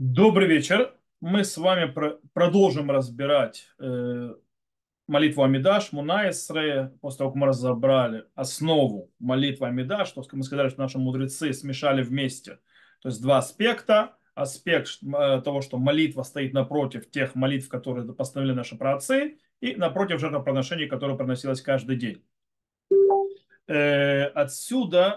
Добрый вечер. Мы с вами продолжим разбирать молитву Амидаш, Муна Исре, после того, как мы разобрали основу молитвы Амидаш, что мы сказали, что наши мудрецы смешали вместе. То есть два аспекта. Аспект того, что молитва стоит напротив тех молитв, которые постановили наши праотцы, и напротив жертвоприношений, которые приносилось каждый день. Отсюда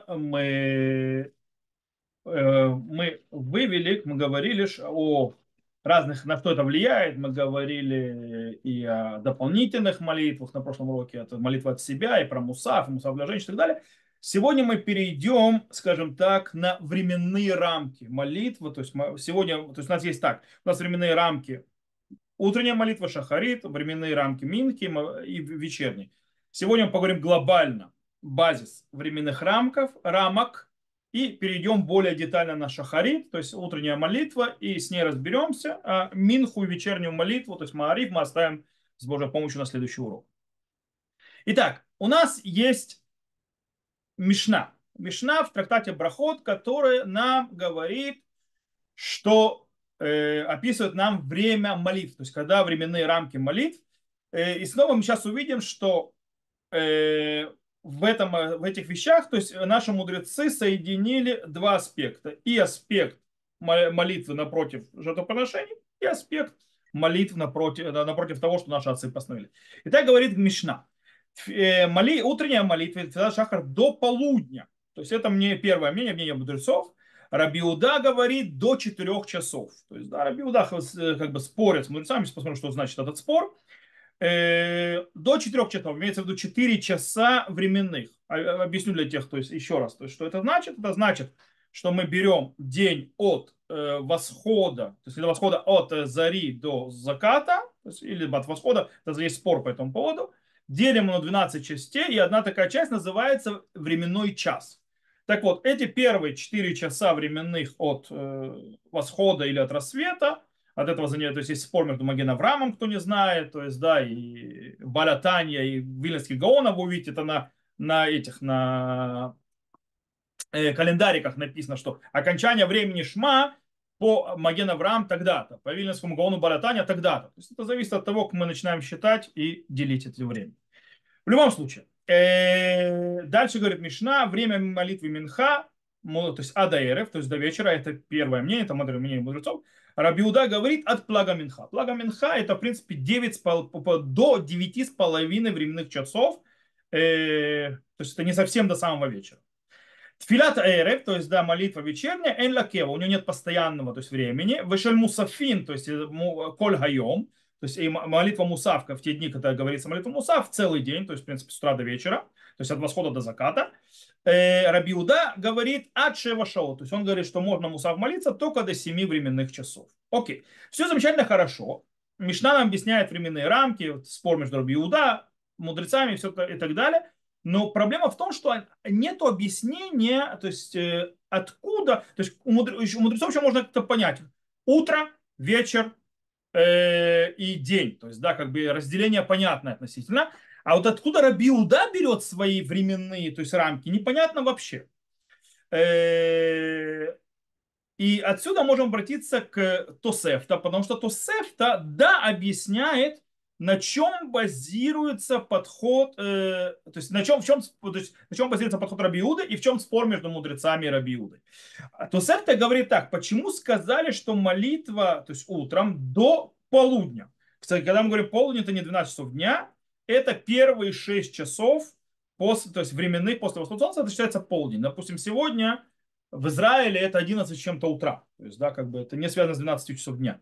мы вывели, мы говорили о разных, на что это влияет. Мы говорили и о дополнительных молитвах на прошлом уроке, это молитва от себя, и про мусав, и мусав для женщин и так далее. Сегодня мы перейдем, скажем так, на временные рамки молитвы. То есть сегодня, то есть у нас есть так, у нас временные рамки утренняя молитва, шахарит, временные рамки минки и вечерней. Сегодня мы поговорим глобально, базис временных рамок, и перейдем более детально на шахарит, то есть утренняя молитва, и с ней разберемся. А минху и вечернюю молитву, то есть маариф, мы оставим с Божьей помощью на следующий урок. Итак, у нас есть Мишна. Мишна в трактате Брахот, который нам говорит, что описывает нам время молитв, то есть когда временные рамки молитв. И снова мы сейчас увидим, что в этих вещах, то есть наши мудрецы соединили два аспекта. И аспект молитвы напротив жертвоприношений, и аспект молитв напротив того, что наши отцы постановили. Итак, говорит Мишна. Утренняя молитва Тфилат Шахар до полудня. То есть это мне первое мнение мудрецов. Раби Иуда говорит до 4 часов. То есть, да, Раби Иуда как бы спорит с мудрецами, сейчас посмотрим, что значит этот спор. До 4 часов, имеется в виду 4 часа временных. Объясню для тех, то есть еще раз, то есть, что это значит? Это значит, что мы берем день от восхода, то есть до восхода от зари до заката, то есть, или от восхода, это есть спор по этому поводу, делим на 12 частей, и одна такая часть называется временной час. Так вот, эти первые 4 часа временных от восхода или от рассвета, от этого занятия, то есть есть спор между Маген Авраамом, кто не знает, то есть, да, и Баля Танья, и Вильнинских Гаонов, вы увидите, это на календариках написано, что окончание времени Шма по Маген Авраам тогда-то, по Вильнинскому Гаону Баля Таня тогда-то. То есть это зависит от того, как мы начинаем считать и делить это время. В любом случае, дальше говорит Мишна, время молитвы Минха, то есть Адаэрев, то есть до вечера, это первое мнение, это мнение мудрецов. Раби Иуда говорит от плага Минха. Плага Минха это, в принципе, до 9,5 временных часов, то есть это не совсем до самого вечера. Тфилат эрев, то есть, да, молитва вечерняя, эн лакева, у нее нет постоянного, то есть, времени. Вешель мусафин, то есть, коль хайом, то есть, и молитва мусавка в те дни, когда говорится молитва мусав, целый день, то есть, в принципе, с утра до вечера, то есть, от восхода до заката. Раби Иуда говорит от шева шоу, то есть, он говорит, что можно мусав молиться только до 7 временных часов. Окей, все замечательно, хорошо. Мишна нам объясняет временные рамки, спор между Раби Иуда, мудрецами все и так далее. Но проблема в том, что нет объяснения, то есть откуда, то есть у мудрецов еще можно как-то понять. Утро, вечер и день. То есть, да, как бы разделение понятное относительно. А вот откуда Раби Иуда берет свои временные, то есть рамки, непонятно вообще. И отсюда можем обратиться к Тосефта, потому что Тосефта, да, объясняет, на чем базируется подход, то есть на чем базируется подход Раби Иуды и в чем спор между мудрецами и Раби Иудой. Тосефта говорит так, почему сказали, что молитва, то есть утром до полудня. Кстати, когда мы говорим полудень, это не 12 часов дня, это первые 6 часов, после, то есть временных после восхода солнца, это считается полдень. Допустим, сегодня в Израиле это 11 чем-то утра. То есть, да, как бы это не связано с 12 часов дня.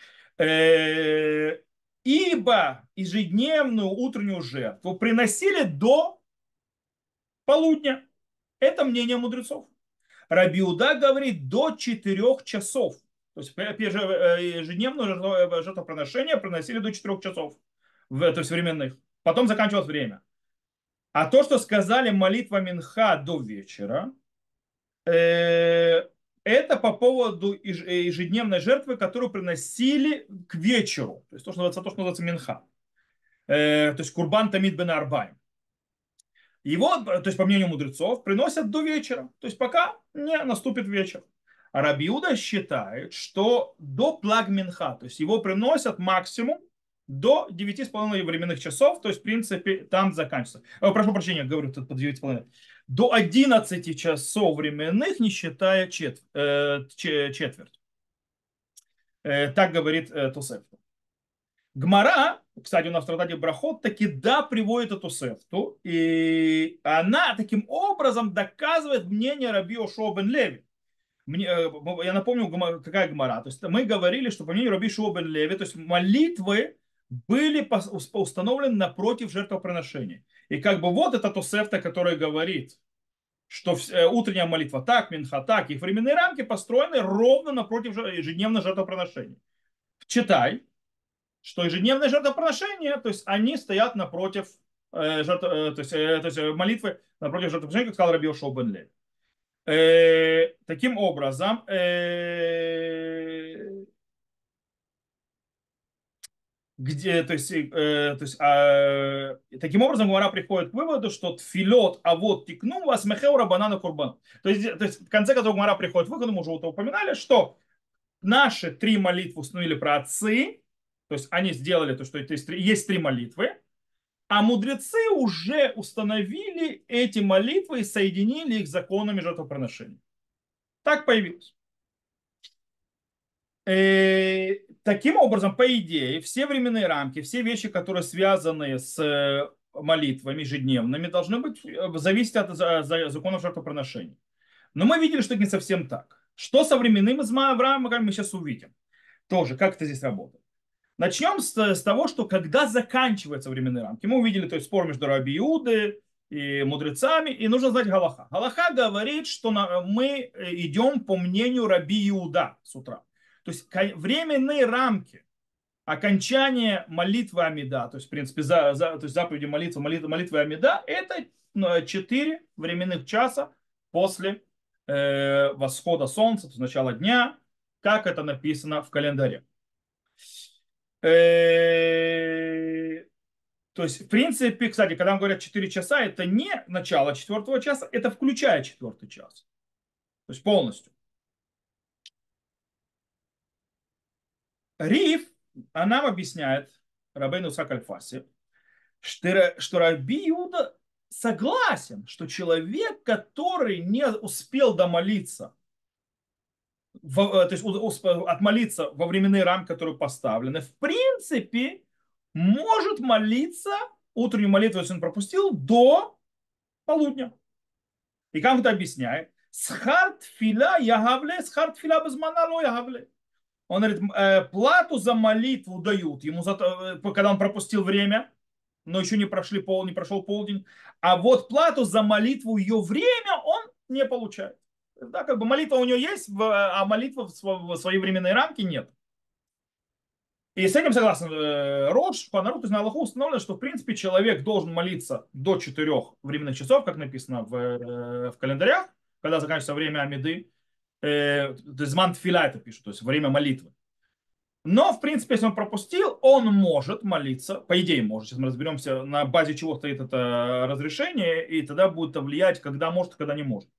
Ибо ежедневную утреннюю жертву приносили до полудня. Это мнение мудрецов. Раби Иуда говорит до 4 часов. То есть ежедневное жертвоприношение приносили до 4 часов, то есть временных. Потом заканчивалось время. А то, что сказали молитва Минха до вечера, это по поводу ежедневной жертвы, которую приносили к вечеру. То есть то, что называется минха. То есть курбан тамид бен арбаим. Его, то есть по мнению мудрецов, приносят до вечера. То есть пока не наступит вечер. А Раби Иуда считает, что до плагминха, то есть его приносят максимум до 9,5 временных часов, то есть, в принципе, там заканчивается. Прошу прощения, говорю тут по 9,5. До 11 часов временных, не считая четверть. Так говорит Тосефта. Гмара, кстати, у нас в трактате Брахот таки да приводит эту сефту, и она таким образом доказывает мнение Раби Йошуа бен Леви. Я напомню, какая гмара. То есть мы говорили, что по мнению Раби Йошуа бен Леви, то есть молитвы были установлены напротив жертвоприношения. И как бы вот эта тосефта, которая говорит, что утренняя молитва так, минха так, их временные рамки построены ровно напротив ежедневного жертвоприношения. Читай, что ежедневное жертвоприношение, то есть они стоят напротив то есть молитвы напротив жертвоприношения, как сказал Раби Йошуа бен Леви. Таким образом, таким образом Гмара приходит к выводу, что тфилот, а вот тикну вас мехеура банана курбан. То есть в конце которого Гмара приходит к выводу, мы уже это упоминали, что наши три молитвы установили про отцы, то есть они сделали то, что есть три молитвы, а мудрецы уже установили эти молитвы и соединили их с законами жертвоприношения. Так появилось. Таким образом, по идее, все временные рамки, все вещи, которые связаны с молитвами ежедневными, должны быть зависеть от законов жертвоприношения. Но мы видели, что это не совсем так. Что со временным Авраамом, мы сейчас увидим. Тоже, как это здесь работает. Начнем с того, что когда заканчиваются временные рамки. Мы увидели то есть, спор между Раби Иудой и мудрецами, и нужно знать Галаха. Галаха говорит, что мы идем по мнению Раби Иуда с утра. То есть временные рамки окончания молитвы Амида, то есть, в принципе, то есть заповеди молитвы Амида, это 4 временных часа после восхода солнца, то есть начала дня, как это написано в календаре. То есть, в принципе, кстати, когда мы говорят 4 часа, это не начало 4 часа, это включая 4 час. То есть полностью. Риф, она нам объясняет, Рабейну Исаак Аль-Фаси, что Раби Иуда согласен, что человек, который не успел домолиться, то есть отмолиться во временные рамки, которые поставлены, в принципе, может молиться утреннюю молитву, если он пропустил, до полудня. И как это объясняет? Схарт филя ягавле, схарт филя без манало ягавле. Он говорит, плату за молитву дают ему, когда он пропустил время, но еще не прошел полдень. А вот плату за молитву ее время он не получает. Да, как бы молитва у него есть, а молитва в свои временные рамки нет. И с этим согласен Рош, по народу, то есть на Аллаху установлено, что в принципе человек должен молиться до 4 временных часов, как написано в календарях, когда заканчивается время Амиды. То есть зман тфиля это пишут, то есть время молитвы. Но, в принципе, если он пропустил, он может молиться, по идее может. Сейчас мы разберемся, на базе чего стоит это разрешение, и тогда будет это влиять, когда может, когда не может.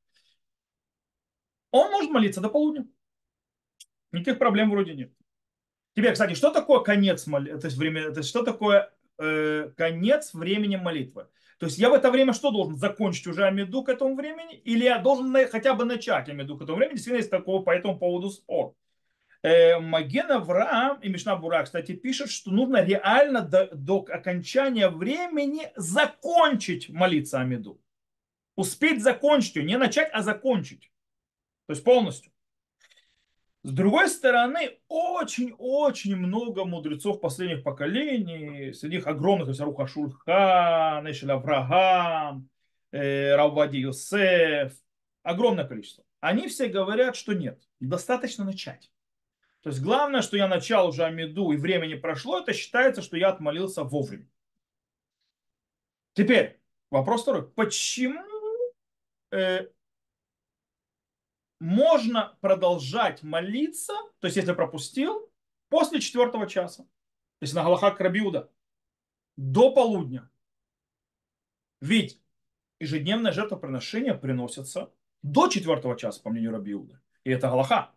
Он может молиться до полудня. Никаких проблем вроде нет. Теперь, кстати, что такое конец молитвы? То есть, время, то есть что такое конец времени молитвы? То есть я в это время что должен? Закончить уже Амиду к этому времени? Или я должен хотя бы начать Амиду к этому времени? Действительно, есть такого по этому поводу спор. Маген Авраам и Мишна Бура, кстати, пишет, что нужно реально до окончания времени закончить молиться Амиду. Успеть закончить ее, не начать, а закончить. То есть полностью. С другой стороны, очень-очень много мудрецов последних поколений, среди них огромных, то есть Аруха Шульхан, Эшель Авраам, Раввади Йосеф, огромное количество. Они все говорят, что нет, достаточно начать. То есть главное, что я начал уже Амиду и времени прошло, это считается, что я отмолился вовремя. Теперь вопрос второй. Почему можно продолжать молиться, то есть если пропустил, после 4 часа, если на Галаха Раби Иуда, до полудня? Ведь ежедневное жертвоприношение приносится до 4 часа, по мнению Раби Иуды. И это галаха.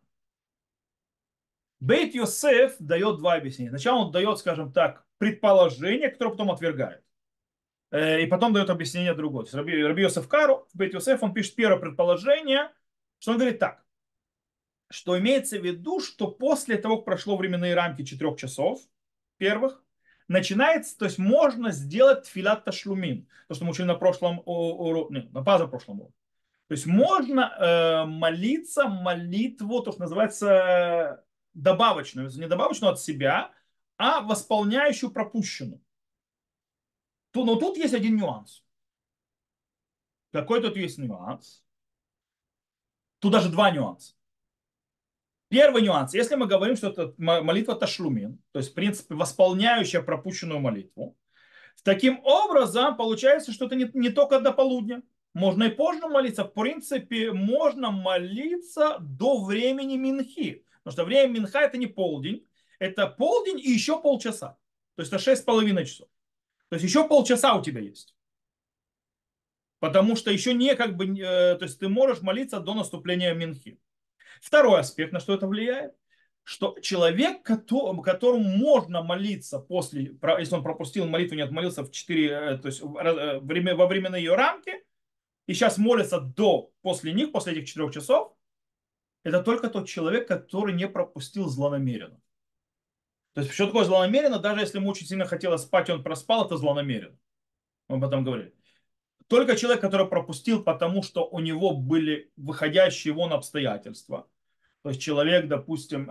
Бейт Йосеф дает два объяснения. Сначала он дает, скажем так, предположение, которое потом отвергает. И потом дает объяснение другое. То есть Раби Йосеф Кару в Бейт Йосеф он пишет первое предположение, что он говорит так, что имеется в виду, что после того, как прошло временные рамки 4 часов первых, начинается, то есть можно сделать тфилат ташлумин, то, что мы учили на прошлом уроке, на позапрошлом уроке. То есть можно молиться молитву, то, что называется добавочную, не добавочную от себя, а восполняющую пропущенную. Но тут есть один нюанс. Какой тут есть нюанс? Тут даже два нюанса. Первый нюанс. Если мы говорим, что это молитва ташлумин, то есть, в принципе, восполняющая пропущенную молитву, таким образом получается, что это не только до полудня. Можно и позже молиться. В принципе, можно молиться до времени Минхи. Потому что время Минха это не полдень. Это полдень и еще полчаса. То есть это 6,5 часов. То есть еще полчаса у тебя есть. Потому что еще не как бы... То есть ты можешь молиться до наступления Минхи. Второй аспект, на что это влияет, что человек, которому можно молиться после, если он пропустил молитву, не отмолился в 4, то есть во временные ее рамки, и сейчас молится после них, после этих 4 часов, это только тот человек, который не пропустил злонамеренно. То есть, что такое злонамеренно? Даже если ему очень сильно хотелось спать, и он проспал, это злонамеренно. Мы об этом говорили. Только человек, который пропустил, потому что у него были выходящие вон обстоятельства. То есть человек, допустим,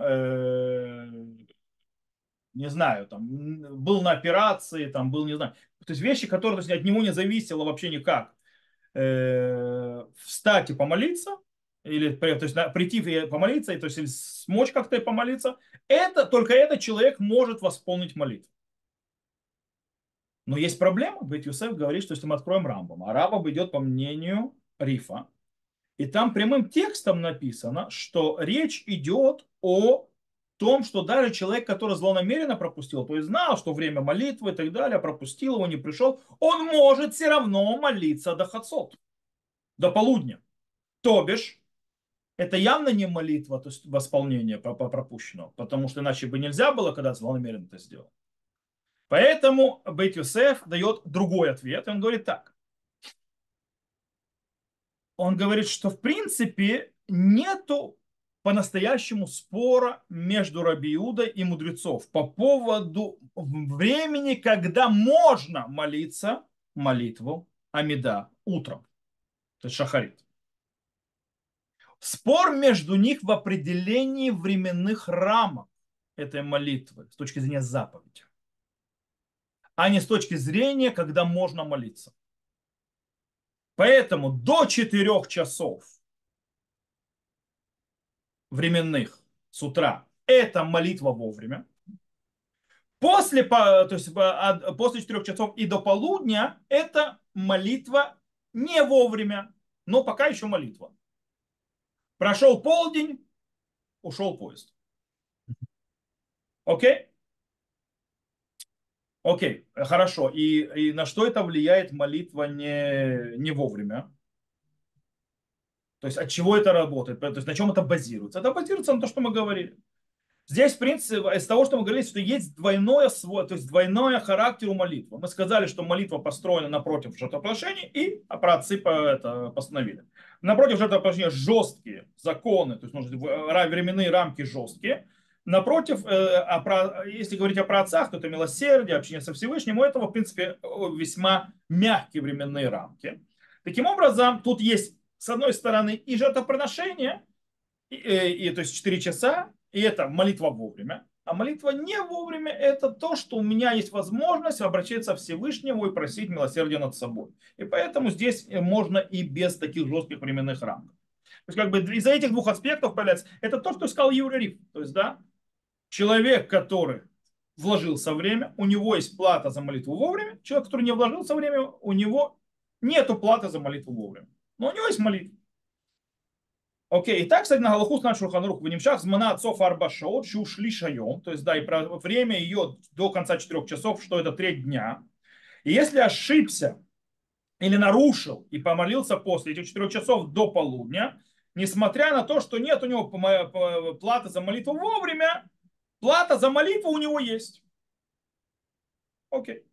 не знаю, там, был на операции, там, был, не знаю. То есть вещи, которые, то есть, от него не зависело вообще никак. Встать и помолиться, или то есть, прийти и помолиться, то есть или смочь как-то и помолиться, только этот человек может восполнить молитву. Но есть проблема. Бейт Йосеф говорит, что если мы откроем Рамбам, а Рамбам идет по мнению Рифа, и там прямым текстом написано, что речь идет о том, что даже человек, который злонамеренно пропустил, то есть знал, что время молитвы и так далее, пропустил его, не пришел, он может все равно молиться до хацот, до полудня. То бишь, это явно не молитва, то есть восполнение пропущенного, потому что иначе бы нельзя было, когда злонамеренно это сделал. Поэтому Бейт Йосеф дает другой ответ, и он говорит так. Он говорит, что в принципе нету по-настоящему спора между Раби Иудой и мудрецов по поводу времени, когда можно молиться молитву Амида утром, то есть шахарит. Спор между них в определении временных рамок этой молитвы с точки зрения заповеди, а не с точки зрения, когда можно молиться. Поэтому до 4 часов временных с утра это молитва вовремя. После 4 часов и до полудня это молитва не вовремя, но пока еще молитва. Прошел полдень, ушел поезд. Окей? Окей, хорошо. И на что это влияет молитва не вовремя? То есть от чего это работает? То есть на чем это базируется? Это базируется на том, что мы говорили. Здесь, в принципе, из того, что мы говорили, что есть двойное свой, то есть двойное характер у молитвы. Мы сказали, что молитва построена напротив жертвоприношений, и праотцы это постановили. Напротив жертвоприношения жесткие законы, то есть нужны временные рамки жесткие. Напротив, если говорить о праотцах, то это милосердие, общение со Всевышним, у этого, в принципе, весьма мягкие временные рамки. Таким образом, тут есть, с одной стороны, и жертвоприношение, то есть 4 часа, и это молитва вовремя. А молитва не вовремя – это то, что у меня есть возможность обращаться к Всевышнему и просить милосердия над собой. И поэтому здесь можно и без таких жестких временных рамок. То есть как бы из-за этих двух аспектов появляется. Это то, что сказал Юрий Риф. То есть, да, человек, который вложился время, у него есть плата за молитву вовремя. Человек, который не вложился время, у него нет платы за молитву вовремя. Но у него есть молитва. Окей, и так, кстати, на Галаху с нашего Ханарух в Нимшах змана отцов арбашот, ушли шайом, то есть, да, и про время ее до конца 4 часов, что это треть дня. И если ошибся или нарушил и помолился после этих 4 часов до полудня, несмотря на то, что нет у него платы за молитву вовремя, плата за молитву у него есть. Окей.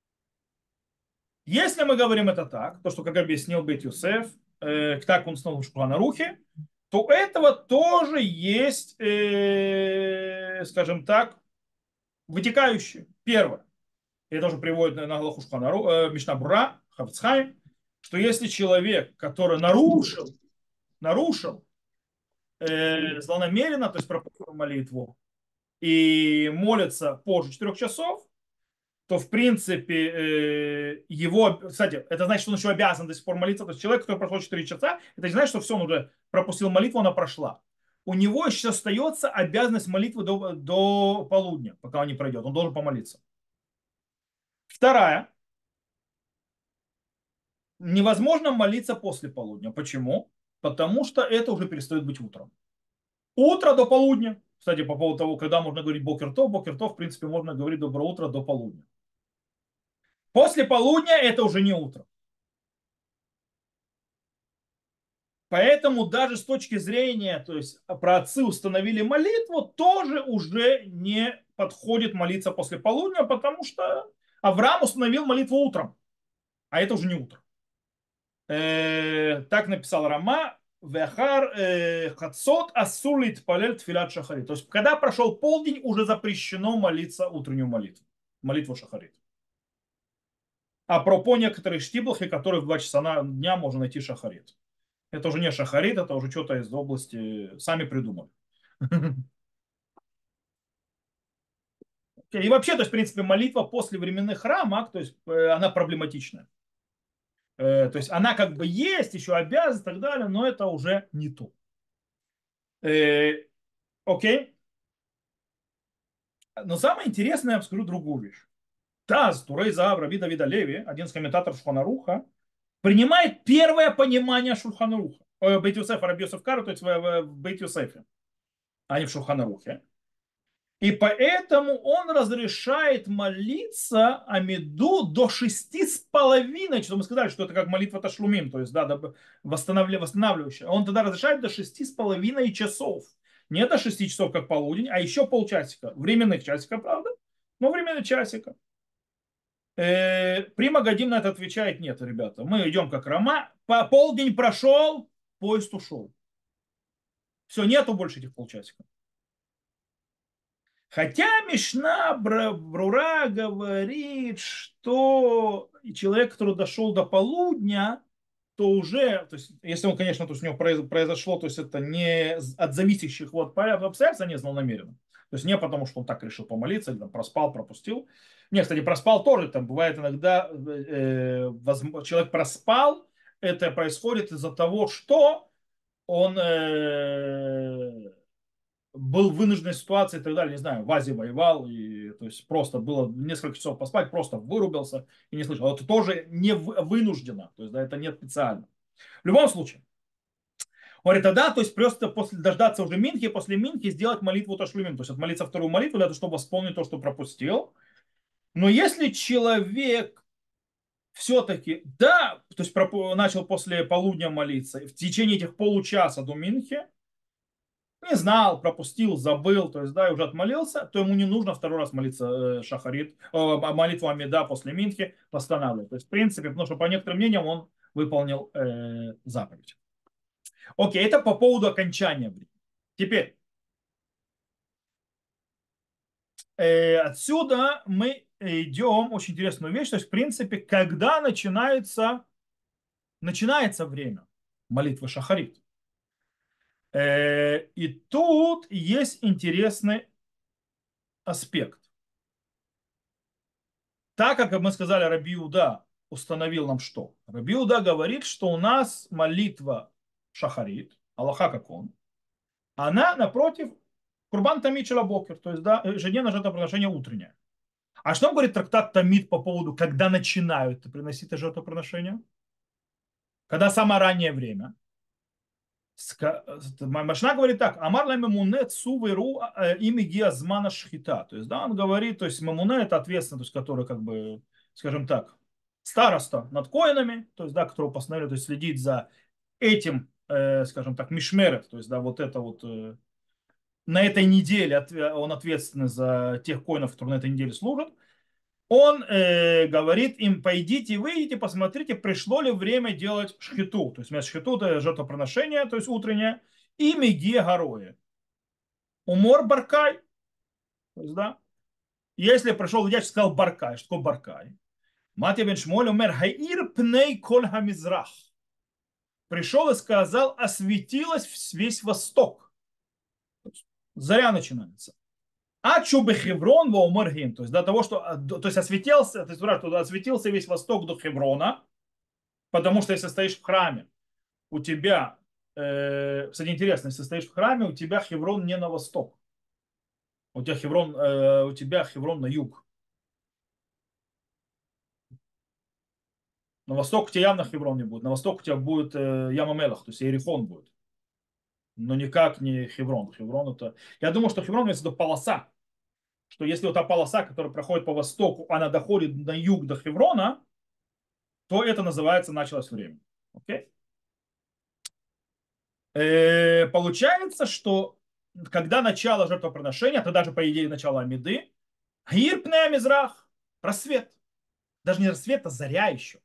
Если мы говорим это так, то, что, как объяснил Бейт Юсеф, так он снова в Шуханарухе, то у этого тоже есть, скажем так, вытекающие. Первое. Это тоже приводит на Галаху Мишна Брура, Хафцхайм, что если человек, который нарушил злонамеренно, то есть пропустил молитву, и молится позже 4 часов, то в принципе его, кстати, это значит, что он еще обязан до сих пор молиться. То есть человек, который прошел 4 часа, это не значит, что все, он уже пропустил молитву, она прошла. У него еще остается обязанность молитвы до полудня, пока он не пройдет. Он должен помолиться. Вторая. Невозможно молиться после полудня. Почему? Потому что это уже перестает быть утром. Утро до полудня. Кстати, по поводу того, когда можно говорить бокер-то, в принципе, можно говорить доброе утро до полудня. После полудня это уже не утро. Поэтому даже с точки зрения, то есть праотцы установили молитву, тоже уже не подходит молиться после полудня, потому что Авраам установил молитву утром, а это уже не утро. Так написал Рама, Вехар Хацот Асулит Палель Тфилат Шахарит. То есть, когда прошел полдень, уже запрещено молиться утреннюю молитву. Молитву Шахарит. А пропо некоторых штиблах, которые в 2 часа дня можно найти Шахарит. Это уже не Шахарит, это уже что-то из области сами придумали. И вообще, то есть, в принципе, молитва после временных рамок, то есть, она проблематичная. То есть, она как бы есть, еще обязана и так далее, но это уже не то. Окей. Но самое интересное, я вам скажу другую вещь. Таз, Турей Заав, Раби Давида Леви, один из комментаторов Шуханаруха, принимает первое понимание Шуханаруха. Бейт Юсефа, Раби Йосеф Кару, то есть в Бейт Юсефе, а не в Шуханарухе. И поэтому он разрешает молиться Амиду до 6,5 часов. Мы сказали, что это как молитва Ташлумим, то есть да, восстанавливающая. Он тогда разрешает до 6,5 часов. Не до 6 часов, как полудень, а еще полчасика. Временных часика, правда? Но временных часика. Прима Гадим на это отвечает: нет, ребята, мы идем как Рома. Полдень прошел, поезд ушел. Все, нету больше этих полчасика. Хотя Мишна Брура говорит, что человек, который дошел до полудня, то уже, то есть, если он, конечно, то есть у него произошло, то есть это не от зависящих вот обстоятельств, а не злонамеренно. То есть не потому, что он так решил помолиться, или там проспал, пропустил. Не, кстати, проспал тоже, там бывает иногда человек проспал, это происходит из-за того, что он был в вынужденной ситуации и так далее, не знаю, в Азии воевал, и то есть просто было несколько часов поспать, просто вырубился и не слышал. Это тоже не вынуждено, то есть да, это не специально. В любом случае, он говорит, тогда, то есть просто после дождаться уже Минхи, после Минхи сделать молитву Ташлумим, то есть отмолиться вторую молитву для того, чтобы восполнить то, что пропустил. Но если человек все-таки, да, то есть начал после полудня молиться, в течение этих получаса до Минхи, не знал, пропустил, забыл, то есть, да, и уже отмолился, то ему не нужно второй раз молиться шахарит, молитву Амида после Минхи восстанавливать. То есть, в принципе, потому что по некоторым мнениям он выполнил заповедь. Окей, это по поводу окончания времени. Теперь, отсюда мы идем очень интересную вещь, то есть, в принципе, когда начинается время молитвы шахарит. И тут есть интересный аспект. Так как мы сказали, Раби Иуда установил нам что? Раби Иуда говорит, что у нас молитва шахарит, Аллаха как он, она напротив Курбан Тамид Шелабокер, то есть да, ежедневное жертвоприношение утреннее. А что говорит трактат Тамид по поводу, когда начинают приносить это жертвоприношение? Когда самое раннее время. Машна говорит так: Амар ла мемуне цуверу ими гиазмана шхита. То есть, да, он говорит, то есть мемуне это ответственность, который как бы, скажем так, староста над коинами, то есть, да, которого постановили, то есть следить за этим скажем так, мишмерет, то есть, да, вот это вот, на этой неделе он ответственный за тех коинов, которые на этой неделе служат, он говорит им, пойдите, выйдите, посмотрите, пришло ли время делать шхиту. То есть шхиту это жертвоприношение, то есть утреннее, и мегия гороя. Умор баркай. То есть, да, если пришел дядь, сказал баркай, что такое баркай? Матья бен Шмуэль умер хаир пней коль хамизрах. Пришел и сказал, осветилась весь восток. Заря начинается. А чубы Хеврон во умаргин. То есть до того, что то есть осветился, то есть, осветился весь восток до Хеврона, потому что если стоишь в храме, у тебя, кстати, интересно, если стоишь в храме, у тебя Хеврон не на восток. У тебя Хеврон на юг. На восток у тебя явно Хеврон не будет. На восток у тебя будет Яма Мелах, то есть Иерихон будет. Но никак не Хеврон. Хеврон это... Я думаю, что Хеврон имеется в виду полоса. Что если вот та полоса, которая проходит по востоку, она доходит на юг до Хеврона, то это называется началось время. Окей? Получается, что когда начало жертвоприношения, это даже по идее начало Амиды, Гир пнея мизрах, рассвет. Даже не рассвет, а заря еще.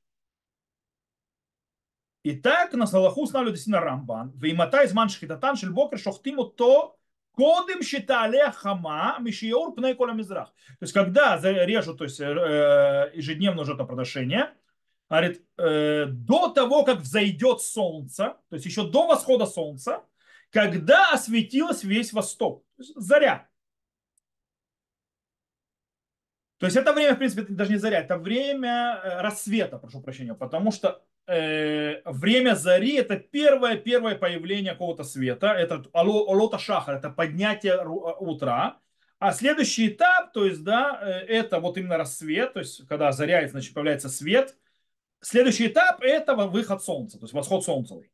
И так на Салаху устанавливает действительно Рамбан. Веймата из маншхитатан шельбокер шохтиму то кодым считали хама мишиор пней коля мизрах. То есть когда режут, то есть ежедневное жертвоприношение, говорит, до того, как взойдет солнце, то есть еще до восхода солнца, когда осветилось весь восток. То есть заря. То есть это время, в принципе, даже не заря, это время рассвета, прошу прощения, потому что время зари это первое появление какого-то света, это олота шахар, это поднятие утра, а следующий этап, то есть, да, это вот именно рассвет, то есть, когда заря, значит, появляется свет, следующий этап это выход солнца, то есть восход солнца уже.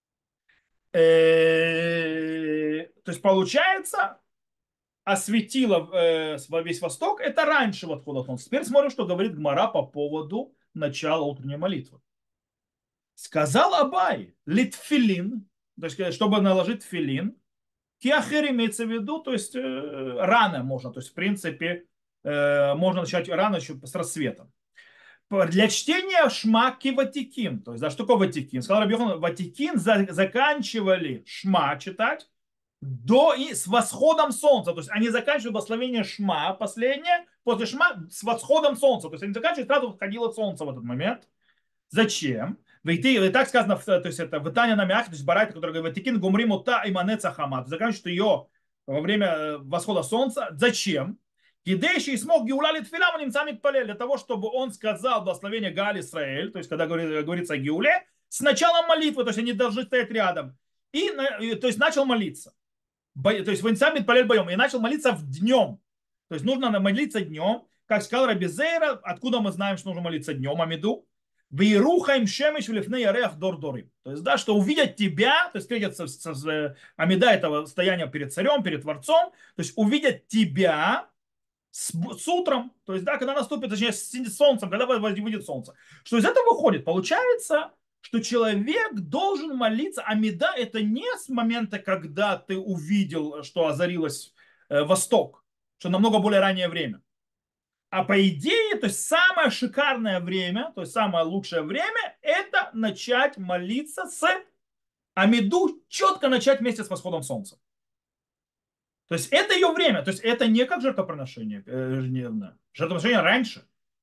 То есть получается, осветила весь Восток, это раньше восхода солнца. Теперь смотрим, что говорит Гмара по поводу начала утренней молитвы. Сказал Абай, литфилин, то есть, чтобы наложить филин, киахер имеется в виду, то есть рано можно, то есть в принципе можно начать рано еще с рассветом. Для чтения шмаки ватикин, то есть да, что такое ватикин? Сказал Рабиохан, ватикин заканчивали шма читать до и с восходом солнца. То есть они заканчивают благословение Шма, последнее, после Шма с восходом солнца. То есть они заканчивают, сразу входило солнце в этот момент. Зачем? Ведь и так сказано, то есть это в Итане на мягких, то есть Барайта, который говорит, Ватикин гумриму та и манеца хамат. Заканчивают ее во время восхода солнца. Зачем? Кидейший смог геула литфилам немцами пале, для того, чтобы он сказал благословение Галь Исраэль, то есть когда говорится о геуле, с началом молитвы, то есть они должны стоять рядом. То есть начал молиться. То есть Ванцамит палель боем. И начал молиться в днем. То есть нужно молиться днем. Как сказал Раби Зейра, откуда мы знаем, что нужно молиться днем, Амиду? Вейрухаим шемиш влифней ярех дор-дорим. То есть, да, что увидят тебя, то есть встретятся с Амида этого стояния перед царем, перед Творцом, то есть увидят тебя с утром, то есть, да, когда наступит, точнее, с солнцем, когда выйдет солнце. Что из этого выходит? Получается, что человек должен молиться, а меда это не с момента, когда ты увидел, что озарилось восток, что намного более раннее время. А по идее, то есть самое шикарное время, то есть самое лучшее время, это начать молиться с Амиду, четко начать вместе с восходом солнца. То есть это ее время, то есть это не как жертвоприношение ежедневное. Жертвоприношение раньше.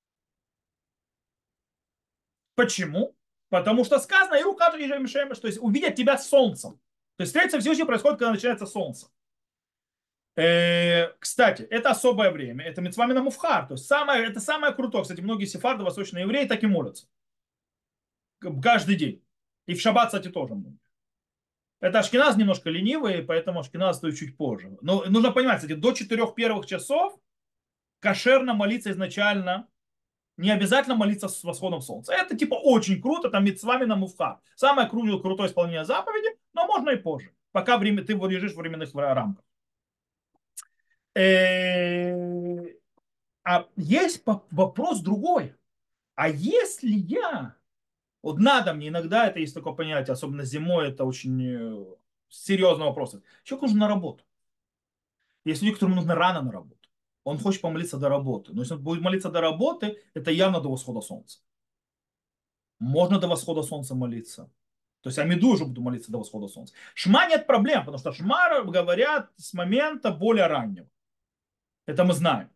Почему? Потому что сказано, и рука то есть увидят тебя с солнцем. То есть встретиться Всевышний происходит, когда начинается солнце. Кстати, это особое время, это митцва на муфхар, то есть это самое крутое. Кстати, многие сефарды, восточные евреи так и молятся. Каждый день. И в шаббат, кстати, тоже. Это ашкеназ немножко ленивый, поэтому ашкеназ стоит чуть позже. Но нужно понимать, кстати, до 4 первых часов кошерно молиться изначально. Не обязательно молиться с восходом солнца. Это типа очень круто, там митцвами на муфха. Самое крутое исполнение заповеди, но можно и позже, пока ты лежишь в временных рамках. А есть вопрос другой. А если я Вот надо мне иногда, это есть такое понятие, особенно зимой, это очень серьезный вопрос. Человек нужен на работу. Есть люди, которым нужно рано на работу. Он хочет помолиться до работы. Но если он будет молиться до работы, это явно до восхода солнца. Можно до восхода солнца молиться. То есть Амиду уже буду молиться до восхода солнца. Шма нет проблем, потому что Шма говорят с момента более раннего. Это мы знаем.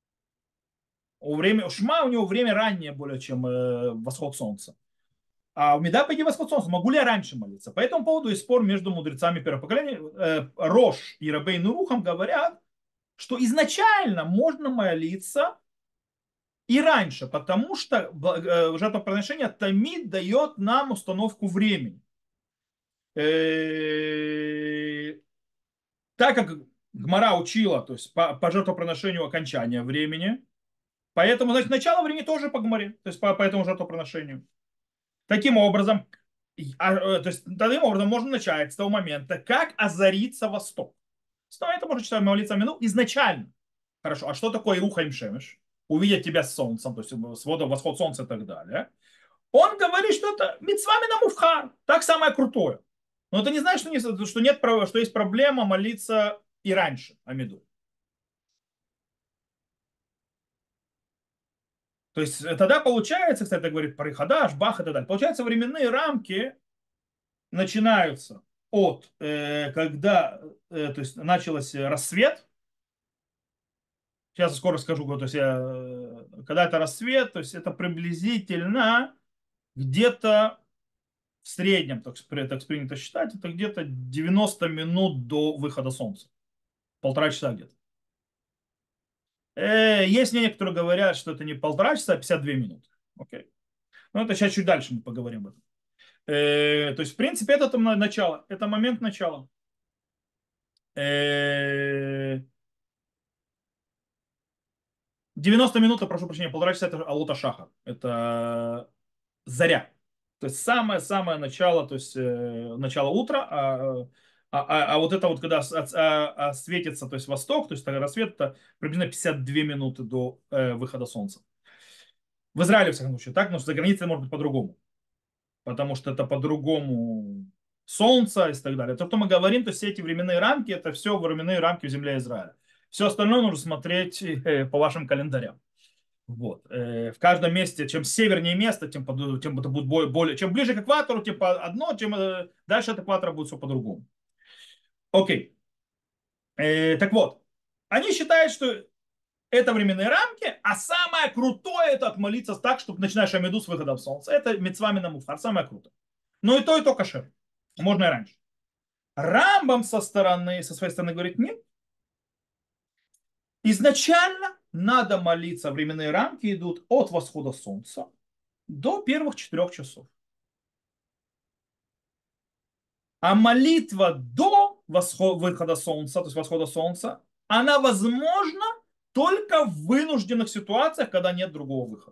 У Шма у него время раннее более, чем восход солнца. А у Меда пойди восход солнца. Могу ли я раньше молиться? По этому поводу есть спор между мудрецами первого поколения. Рош и Рабейн Рухам говорят, что изначально можно молиться и раньше, потому что жертвоприношение Тамид дает нам установку времени. Э, Так как Гмара учила, то есть по жертвоприношению окончания времени, поэтому, значит, начало времени тоже по Гмаре, то есть по этому жертвоприношению. Таким образом, то есть таким образом можно начать с того момента, как озарится восток. С того это можно читать молиться Амину изначально. Хорошо, а что такое Руха Шемеш? Увидеть тебя с солнцем, то есть восход солнца и так далее. Он говорит, что это митцва на мувхар, так самое крутое. Но это не значит, что есть проблема молиться и раньше Амиду. То есть тогда получается, кстати, говорит про Хадаш, Бах и так далее. Получается, временные рамки начинаются от когда то есть начался рассвет. Сейчас скоро скажу, то есть когда это рассвет, то есть это приблизительно где-то в среднем, так принято считать, это где-то 90 минут до выхода солнца. Полтора часа где-то. Есть мнения, которые говорят, что это не полтора часа, а 52 минуты. Окей. Но это сейчас чуть дальше мы поговорим об этом. То есть, в принципе, это там начало. Это момент начала. 90 минут, прошу прощения, полтора часа это Алота Шаха. Это заря. То есть самое-самое начало, то есть начало утра, а вот это вот когда светится, то есть восток, то есть рассвет, это приблизительно 52 минуты до выхода солнца. В Израиле, в всяком случае, так, но за границей может быть по-другому. Потому что это по-другому солнце и так далее. То, что мы говорим, то есть все эти временные рамки, это все временные рамки в земле Израиля. Все остальное нужно смотреть по вашим календарям. Вот. В каждом месте, чем севернее место, тем это будет более, чем ближе к экватору, тем по одно, чем дальше от экватора будет все по-другому. Окей. Так вот, они считают, что это временные рамки, а самое крутое это отмолиться так, чтобы начинаешь Амиду с выходом солнца. Это мецвами на муфар, самое крутое. Но и то кошер. Можно и раньше. Рамбам со своей стороны говорит, нет. Изначально надо молиться, временные рамки идут от восхода солнца до первых 4 часов. А молитва до выхода солнца, то есть восхода солнца, она возможна только в вынужденных ситуациях, когда нет другого выхода.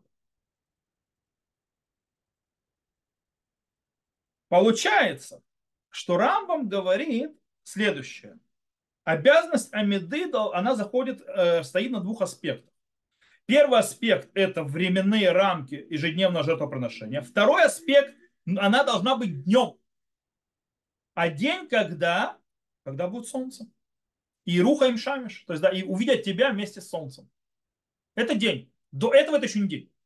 Получается, что Рамбам говорит следующее. Обязанность Амиды, она стоит на двух аспектах. Первый аспект – это временные рамки ежедневного жертвоприношения. Второй аспект – она должна быть днем. А день когда будет солнце. И руха им шамиш. То есть, да, и увидят тебя вместе с солнцем. Это день. До этого это еще не день.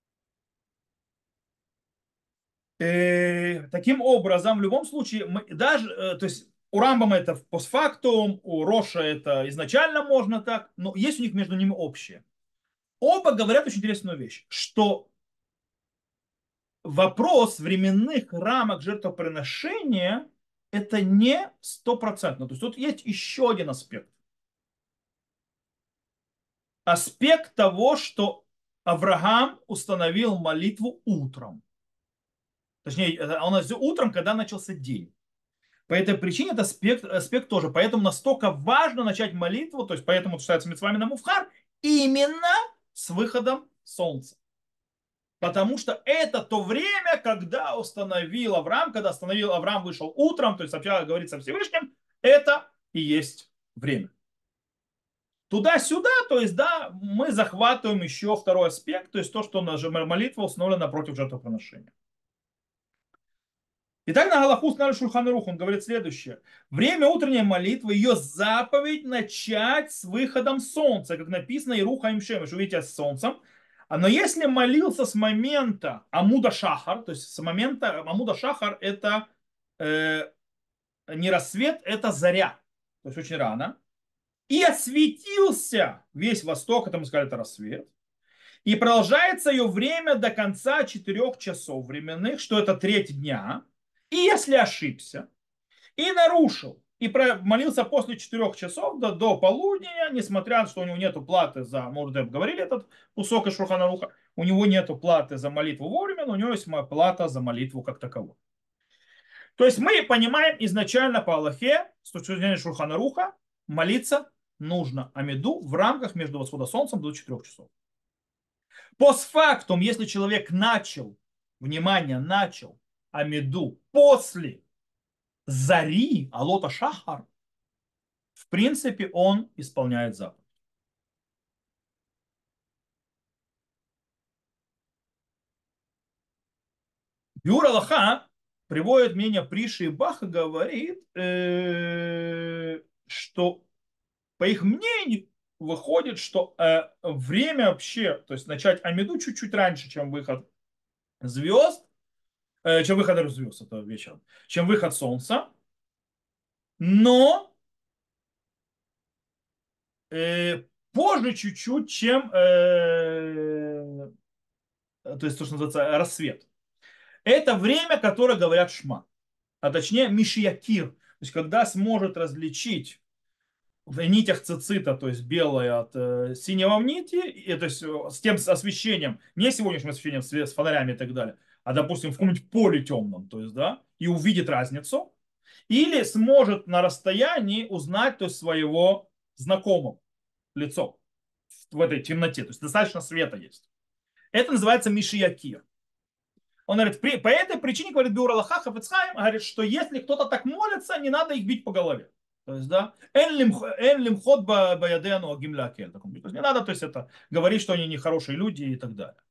Таким образом, в любом случае, то есть у Рамбама это постфактум, у Роша это изначально можно так, но есть у них между ними общее. Оба говорят очень интересную вещь, что вопрос временных рамок жертвоприношения это не стопроцентно. То есть тут есть еще один аспект. Аспект того, что Авраам установил молитву утром. Точнее, он сделал утром, когда начался день. По этой причине это аспект тоже. Поэтому настолько важно начать молитву, то есть поэтому считается митцвами на муфхар, именно с выходом солнца. Потому что это то время, когда установил Авраам, когда установил Авраам вышел утром, то есть вообще говорит со Всевышним, это и есть время. Туда-сюда, то есть, да, мы захватываем еще второй аспект, то есть то, что наша молитва установлена напротив жертвоприношения. Итак, на Галаху сказали Шульхан Арух, он говорит следующее. Время утренней молитвы, ее заповедь начать с выходом солнца, как написано Ируха им Шемеш, увидите, с солнцем. Но если молился с момента Амуда Шахар, то есть с момента Амуда Шахар это э, не рассвет, это заря, то есть очень рано, и осветился весь восток, это мы сказали, это рассвет, и продолжается ее время до конца 4 часов временных, что это треть дня. И если ошибся и нарушил, и молился после 4 часов до полудня, несмотря на то, что у него нет платы за, мы уже говорили этот кусок из Шулхана Аруха, у него нет платы за молитву вовремя, но у него есть плата за молитву как таковую. То есть мы понимаем изначально по Аллахе, с точки зрения Шулхана Аруха, молиться нужно Амиду в рамках между восхода солнцем до 4 часов. Постфактум, если человек начал, внимание, начал Амиду после зари, алота шахар, в принципе, он исполняет заповедь. Биур Аллаха приводит мнение Приши и Баха, говорит, что по их мнению выходит, что время вообще, то есть начать Амиду чуть-чуть раньше, чем выход звезд, чем выход звезд, это вечером, чем выход солнца, но позже чуть-чуть, чем то есть то, что называется рассвет. Это время, которое говорят шма, а точнее мишиякир, то есть когда сможет различить в нитях цицита, то есть белое от синего в нити, и, то есть с тем с освещением, не сегодняшним освещением с фонарями и так далее, а допустим в каком-нибудь поле темном, то есть, да, и увидит разницу, или сможет на расстоянии узнать, то есть, своего знакомого лицо в этой темноте, то есть достаточно света есть. Это называется мишиякир. Он говорит, по этой причине, говорит Биур Аллаха, Хафец Хаим, говорит, что если кто-то так молится, не надо их бить по голове. То есть, да, эн лимхот баядену агимля кель. То есть не надо, то есть это говорить, что они нехорошие люди и так далее.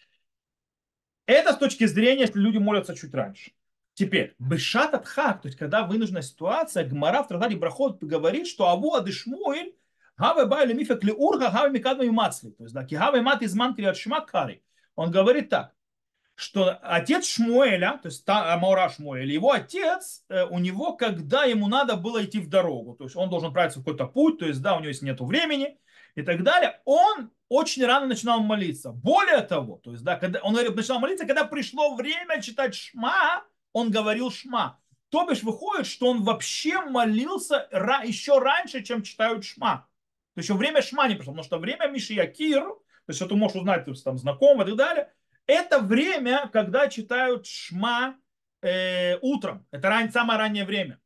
Это с точки зрения, если люди молятся чуть раньше. Теперь, бешат хак, то есть когда вынужденная ситуация, Гмара в Традате Брахот говорит, что Аву Адышмуэль гаве байли мифек ли урга гаве микадма и мацли. То есть, да, кигаве мат из манкри от шмакари. Он говорит так, что отец Шмуэля, то есть Амаура Шмуэля, его отец, у него, когда ему надо было идти в дорогу, то есть он должен отправиться в какой-то путь, то есть, да, у него есть нет времени и так далее, он очень рано начинал молиться. Более того, то есть, да, когда он начинал молиться, когда пришло время читать Шма, он говорил Шма. То бишь выходит, что он вообще молился еще раньше, чем читают Шма. То есть еще время Шма не пришло, потому что время Мишиякир, то есть что ты можешь узнать, то есть, там, знакомый и так далее, это время, когда читают Шма утром. Это самое раннее время.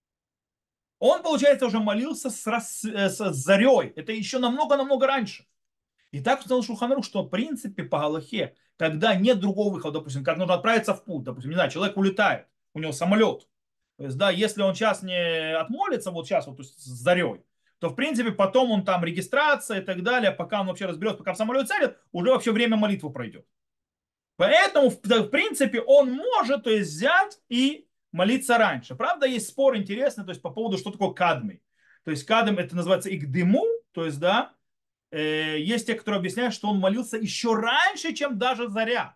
Он, получается, уже молился с зарей. Это еще намного-намного раньше. И так сказал Шулхан, что в принципе по Галахе, когда нет другого выхода, допустим, как нужно отправиться в путь, допустим, не знаю, человек улетает, у него самолет. То есть, да, если он сейчас не отмолится, вот сейчас, вот, то есть с зарей, то, в принципе, потом он там регистрация и так далее, пока он вообще разберется, пока в самолет сядет, уже вообще время молитвы пройдет. Поэтому, в принципе, он может, то есть, взять и молиться раньше. Правда, есть спор интересный, то есть, по поводу, что такое кадмий. То есть, кадм это называется игдыму, то есть, да, есть те, которые объясняют, что он молился еще раньше, чем даже заря.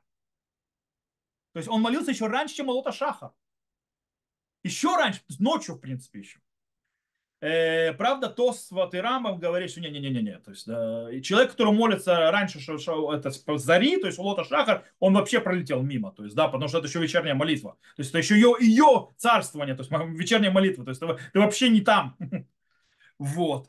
То есть, он молился еще раньше, чем Алота Шаха. Еще раньше, то есть, ночью, в принципе, еще. Правда, Тосфот и Рамбам говорит, что не-не-не-не. То есть, да, и человек, который молится раньше, что это зари, то есть у Лота Шахар, он вообще пролетел мимо. То есть, да, потому что это еще вечерняя молитва. То есть это еще ее царствование, то есть вечерняя молитва. То есть ты вообще не там. Вот.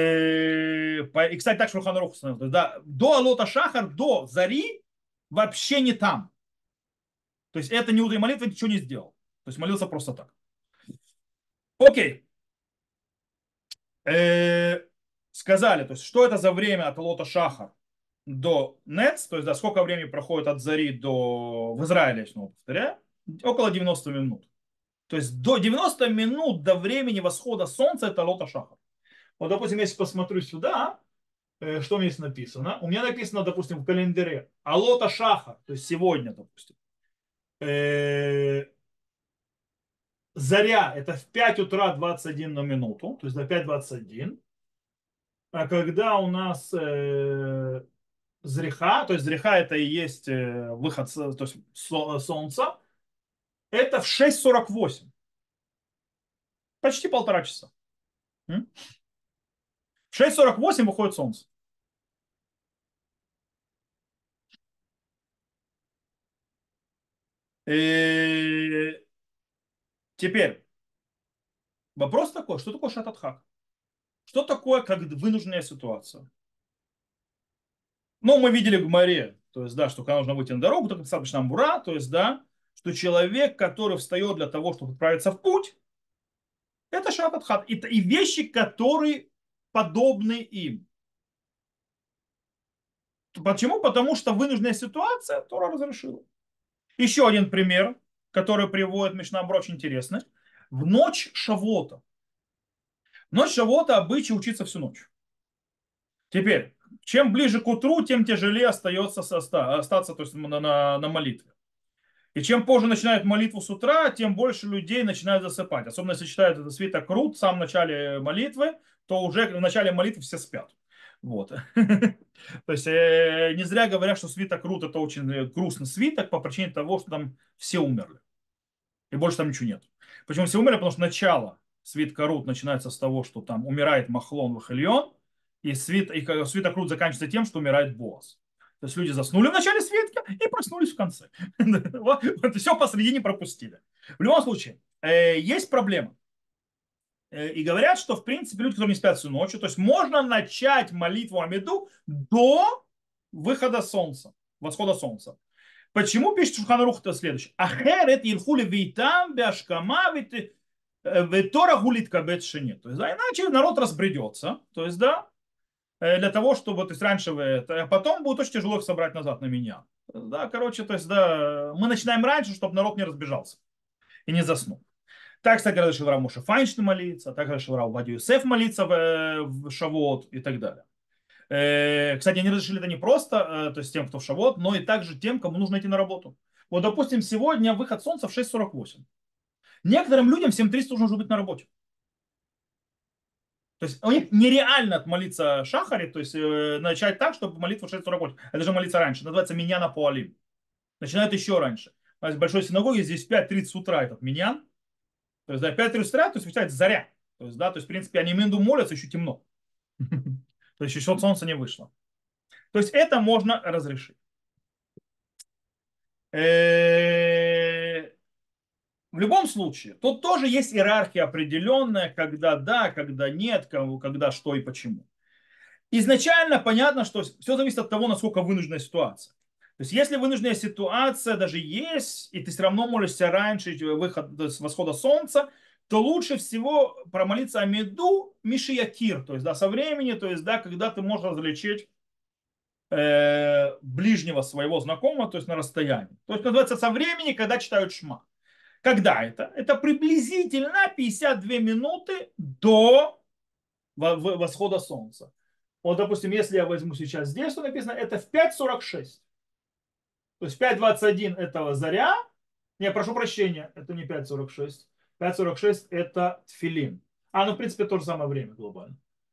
И, кстати, так Шулхан Арух установил. Да, до Лота Шахар, до зари вообще не там. То есть это не утренняя молитва, ничего не сделал. То есть молился просто так. Окей. э, Сказали, то есть, что это за время от лота Шахар до Нец, то есть, да, сколько времени проходит от зари до, в Израиле, я снова повторяю, около 90 минут. То есть, до 90 минут до времени восхода солнца это лота Шахар. Вот, допустим, если посмотрю сюда, что у меня здесь написано? У меня написано, допустим, в календаре Алота Шахар, то есть сегодня, допустим, заря это в 5 утра 21 на минуту, то есть до 5:21. А когда у нас зриха, то есть зриха это и есть выход то есть солнца, это в 6:48. Почти полтора часа. М? В 6:48 выходит солнце. И теперь вопрос такой, что такое шататхак? Что такое как вынужденная ситуация? Ну, мы видели в Гмаре, то есть, да, что когда нужно выйти на дорогу, то достаточно амбура, то есть, да, что человек, который встает для того, чтобы отправиться в путь, это шататхак. И вещи, которые подобны им. Почему? Потому что вынужденная ситуация Тора разрешила. Еще один пример, который приводит Мишнабура, очень интересный. В ночь Шавота. В ночь Шавота обычай учиться всю ночь. Теперь, чем ближе к утру, тем тяжелее остается остаться то есть, на молитве. И чем позже начинают молитву с утра, тем больше людей начинают засыпать. Особенно если читают это свиток Рут в самом начале молитвы, то уже в начале молитвы все спят. Вот. То есть не зря говорят, что свиток Рут это очень грустный свиток по причине того, что там все умерли. И больше там ничего нет. Почему все умерли? Потому что начало свитка Рут начинается с того, что там умирает Махлон Вахильон, и свиток Рут заканчивается тем, что умирает Боаз. То есть люди заснули в начале свитка и проснулись в конце. Вот все посредине пропустили. В любом случае, есть проблема. И говорят, что в принципе люди, которые не спят всю ночь, то есть можно начать молитву Амиду до выхода солнца, восхода солнца. Почему пишет Шуханарух это следующее? Ахерет ирхули вейтам бяшкама ветора гулит кабет шини. То есть, да, иначе народ разбредется. То есть, да, для того, чтобы, то есть, раньше вы это, а потом будет очень тяжело их собрать назад на меня. Да, короче, то есть, да, мы начинаем раньше, чтобы народ не разбежался и не заснул. Так, кстати, разрешил Рав Моше Файнштейн молиться, так разрешил Рав Вадия Юсеф молиться в Шавот и так далее. Кстати, они разрешили это не просто, то есть тем, кто в Шавот, но и также тем, кому нужно идти на работу. Вот, допустим, сегодня выход солнца в 6:48. Некоторым людям в 7:30 нужно уже быть на работе. То есть у них нереально отмолиться шахаре, то есть начать так, чтобы молитва в 6:48. Это же молиться раньше. Называется миньяна поалим. Начинают еще раньше. А в большой синагоге здесь в 5:30 утра этот миньян. То есть, да, 5:30 утра, то есть, считается заря. То есть, да, то есть, в принципе, они минду молятся, еще темно. То есть, еще солнце не вышло. То есть, это можно разрешить. В любом случае, тут тоже есть иерархия определенная, когда да, когда нет, когда что и почему. Изначально понятно, что все зависит от того, насколько вынужденная ситуация. То есть, если вынужденная ситуация даже есть, и ты все равно молишься раньше выхода, с восхода солнца, то лучше всего промолиться Амиду Мишиякир, то есть да, со времени, то есть да, когда ты можешь различить ближнего своего знакомого, то есть на расстоянии. То есть называется со времени, когда читают шма. Когда это? Это приблизительно 52 минуты до восхода солнца. Вот, допустим, если я возьму сейчас здесь, что написано, это в 5:46. То есть 5:21 это заря. Не, прошу прощения, это не 5:46. 5:46 это тфилин. Ну, в принципе, то же самое время глобально.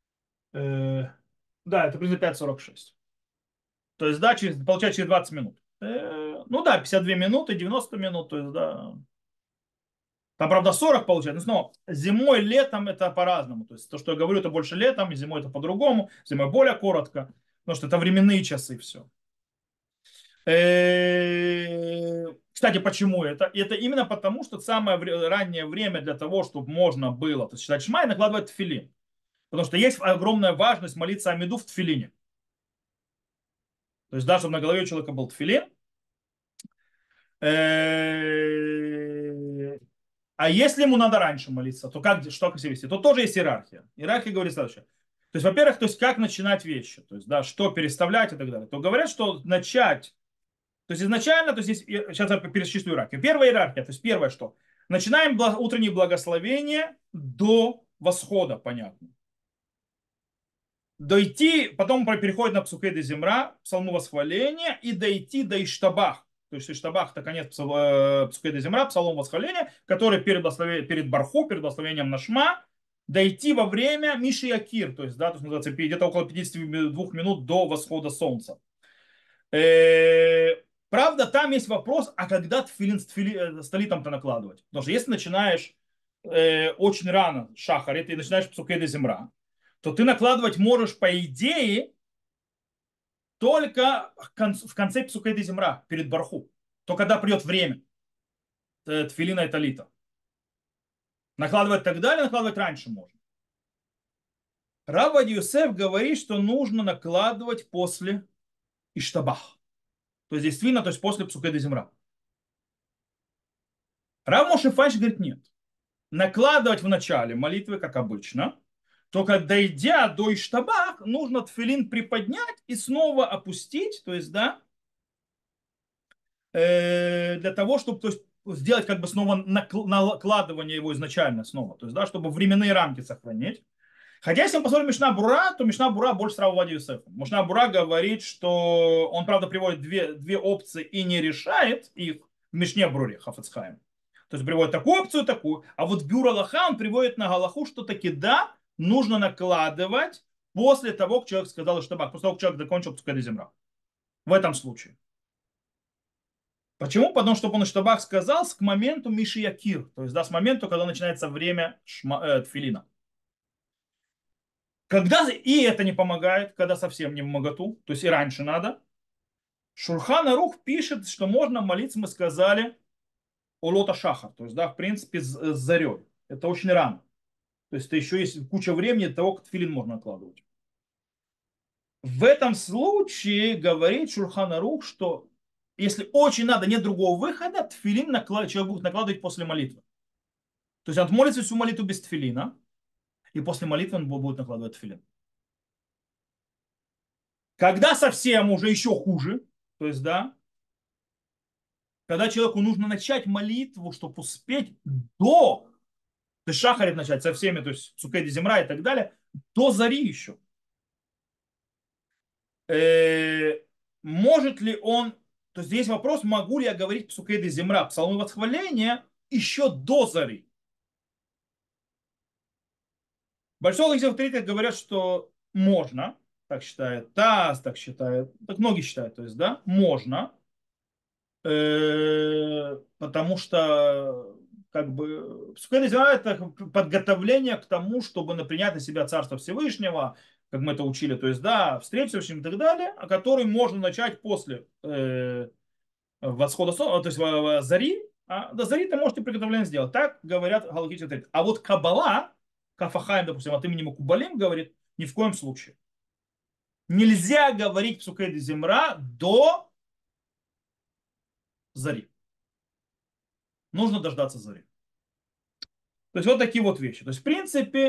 Да, это примерно 5:46. То есть, да, получается через 20 минут. Ну да, 52 минуты, 90 минут, то есть, да. Там, правда, 40 получается, но зимой, летом это по-разному. То есть, то, что я говорю, это больше летом, и зимой это по-другому. Зимой более коротко, потому что это временные часы все. Кстати, почему это? Это именно потому, что самое раннее время для того, чтобы можно было то есть, считать шма и накладывать тфилин. Потому что есть огромная важность молиться Амиду в тфилине. То есть, да, чтобы на голове у человека был тфилин. А если ему надо раньше молиться, то как, что как себя вести? То тоже есть иерархия. Иерархия говорит следующее. То есть, во-первых, то есть как начинать вещи, то есть, да, что переставлять и так далее. То говорят, что начать, то есть изначально, то есть здесь, сейчас я перечислю иерархию. Первая иерархия, то есть первое что? Начинаем утреннее благословение до восхода, понятно. Дойти, потом переходит на Псукей де Земра, псалму восхваления, и дойти до Иштабах, то то есть Иштабах это конец Псукей де Земра, псалом восхваления, который перед Барху, перед благословением на Шма, дойти во время Миши Якир, то есть, да, то есть называется где-то около 52 минут до восхода солнца. Э, Правда, там есть вопрос, а когда тфилин с талитом-то накладывать? Потому что если начинаешь очень рано шахар, ты начинаешь Псукей де Земра, то ты накладывать можешь, по идее, только в конце Псукей де Земра, перед Барху. То когда придет время тфилина и талита. Накладывать тогда или накладывать раньше можно. Рав Адья Йосеф говорит, что нужно накладывать после Иштабах. То есть действительно, то есть после Псукей де Земра. Рав Моше Файш говорит нет. Накладывать в начале молитвы, как обычно. Только дойдя до Иштабах, нужно тфилин приподнять и снова опустить. То есть, да, для того, чтобы то есть, сделать как бы снова накладывание его изначально снова. То есть, да, чтобы временные рамки сохранить. Хотя, если мы посмотрим Мишна Бура, то Мишна Бура больше сразу Вади Юсефа. Мишна Бура говорит, что он, правда, приводит две опции и не решает их в Мишне Бруре, Хафецхайм. То есть приводит такую опцию, такую. А вот Бюр Аллаха он приводит на Галаху, что таки да, нужно накладывать после того, как человек сказал Иштабах, после того, как человек закончил Пускай Земра. В этом случае. Почему? Потому что он Иштабах сказал к моменту Миши Якир. То есть да, с момента, когда начинается время тфилина. Когда и это не помогает, когда совсем не в моготу, то есть и раньше надо. Шурхан Арух пишет, что можно молиться, мы сказали, о лота шахар, то есть, да, в принципе, с зарей. Это очень рано. То есть это еще есть куча времени для того, как тфилин можно откладывать. В этом случае говорит Шурхан Арух, что если очень надо, нет другого выхода, тфилин человек будет накладывать после молитвы. То есть он молится всю молитву без тфилина, и после молитвы он будет накладывать тфилин. Когда совсем уже еще хуже, то есть, да, когда человеку нужно начать молитву, чтобы успеть до, то есть шахарит начать со всеми, то есть Цукеди Земра и так далее, до зари еще. Э, Может ли он, то есть здесь вопрос, могу ли я говорить Псукеди Земра, псалмы восхваления еще до зари. Большой логический авторитет говорят, что можно, так считает ТАСС, так считает, так многие считают, то есть, да, можно, потому что как бы пускай это подготовление к тому, чтобы принять на себя Царство Всевышнего, как мы это учили, то есть да, встречу Всевышним и так далее, о которой можно начать после восхода солнца, то есть зари, а до зари ты можете приготовление сделать. Так говорят галактические авторитеты. А вот Каббала, Кафахайм, допустим, от имени Кубалим говорит, ни в коем случае. Нельзя говорить Псукей Земра до зари. Нужно дождаться зари. То есть вот такие вот вещи. То есть, в принципе,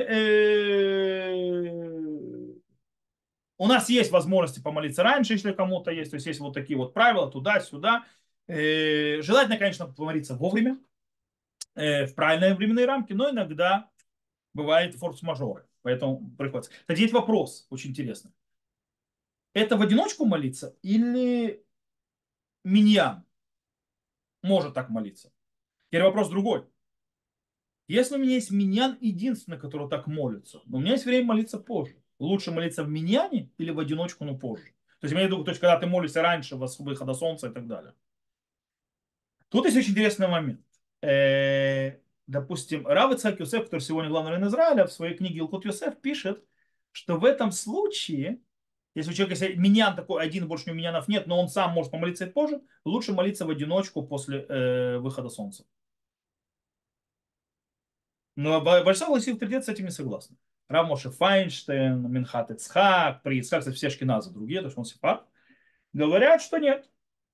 у нас есть возможности помолиться раньше, если кому-то есть. То есть есть вот такие вот правила туда-сюда. Желательно, конечно, помолиться вовремя, в правильные временные рамки, но иногда бывает форс-мажоры. Поэтому приходится. Кстати, есть вопрос очень интересный. Это в одиночку молиться или миньян может так молиться? Теперь вопрос другой. Если у меня есть миньян единственный, который так молится, но у меня есть время молиться позже. Лучше молиться в миньяне или в одиночку, но позже. То есть, имею в виду, то есть, когда ты молишься раньше выхода солнца и так далее. Тут есть очень интересный момент. Допустим, Рав Ицхак Йосеф, который сегодня главный раввин Израиля, в своей книге Илкут Йосеф пишет, что в этом случае, если у человека если миньян такой один, больше у него миньянов нет, но он сам может помолиться и позже, лучше молиться в одиночку после выхода солнца. Но большинство властей авторитет с этим не согласны. Рав Моше Файнштейн, Минхат Ицхак, при Ицхак, кстати, все шкиназы другие, то есть он сефар, говорят, что нет.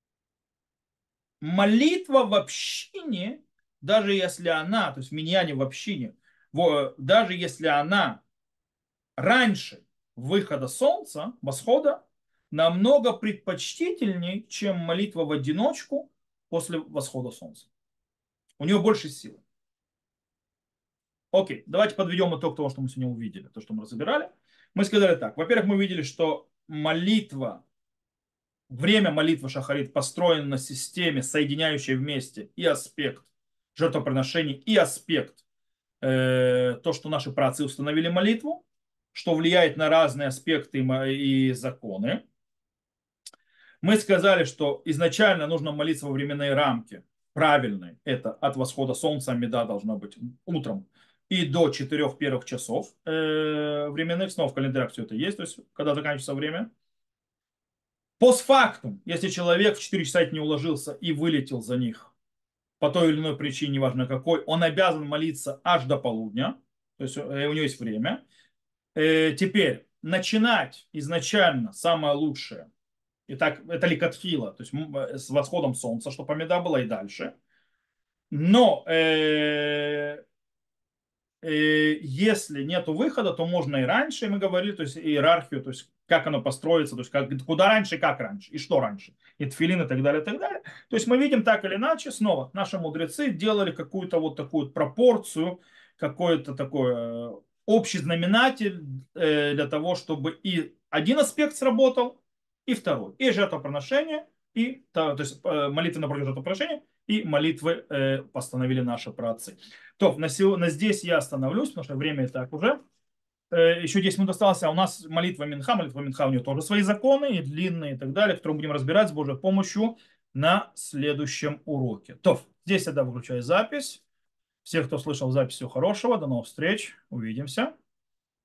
Молитва в общине, даже если она, то есть в миньяне в общине, даже если она раньше выхода солнца, восхода, намного предпочтительнее, чем молитва в одиночку после восхода солнца. У нее больше силы. Окей, давайте подведем итог того, что мы сегодня увидели, то, что мы разбирали. Мы сказали так. Во-первых, мы видели, что молитва время молитвы шахарит построено на системе, соединяющей вместе и аспект жертвоприношений, и аспект то, что наши праотцы установили молитву, что влияет на разные аспекты и законы. Мы сказали, что изначально нужно молиться во временные рамки. Правильные. Это от восхода солнца, меда должна быть утром и до 4 первых часов временных снов в календарях все это есть, то есть когда заканчивается время. Постфактум, если человек в 4 часа не уложился и вылетел за них по той или иной причине, неважно какой, он обязан молиться аж до полудня, то есть у него есть время. Теперь начинать изначально самое лучшее. Итак, это ликатхила, то есть с восходом солнца, чтобы помеда была и дальше. Но если нет выхода, то можно и раньше, и мы говорили, то есть иерархию, то есть как оно построится, то есть как, куда раньше, как раньше, и что раньше, и тфилин, и так далее, и так далее. То есть мы видим так или иначе, снова, наши мудрецы делали какую-то вот такую вот пропорцию, какой-то такой общий знаменатель для того, чтобы и один аспект сработал, и второй. И жертвоприношение, и то есть молитвы на жертвоприношение, и молитвы постановили наши праотцы. То, на здесь я остановлюсь, потому что время и так уже. Еще 10 минут осталось, а у нас молитва Минха у нее тоже свои законы, и длинные, и так далее, которые мы будем разбирать с Божьей помощью на следующем уроке. То, здесь я выключаю запись. Всех, кто слышал запись, всего хорошего, до новых встреч, увидимся.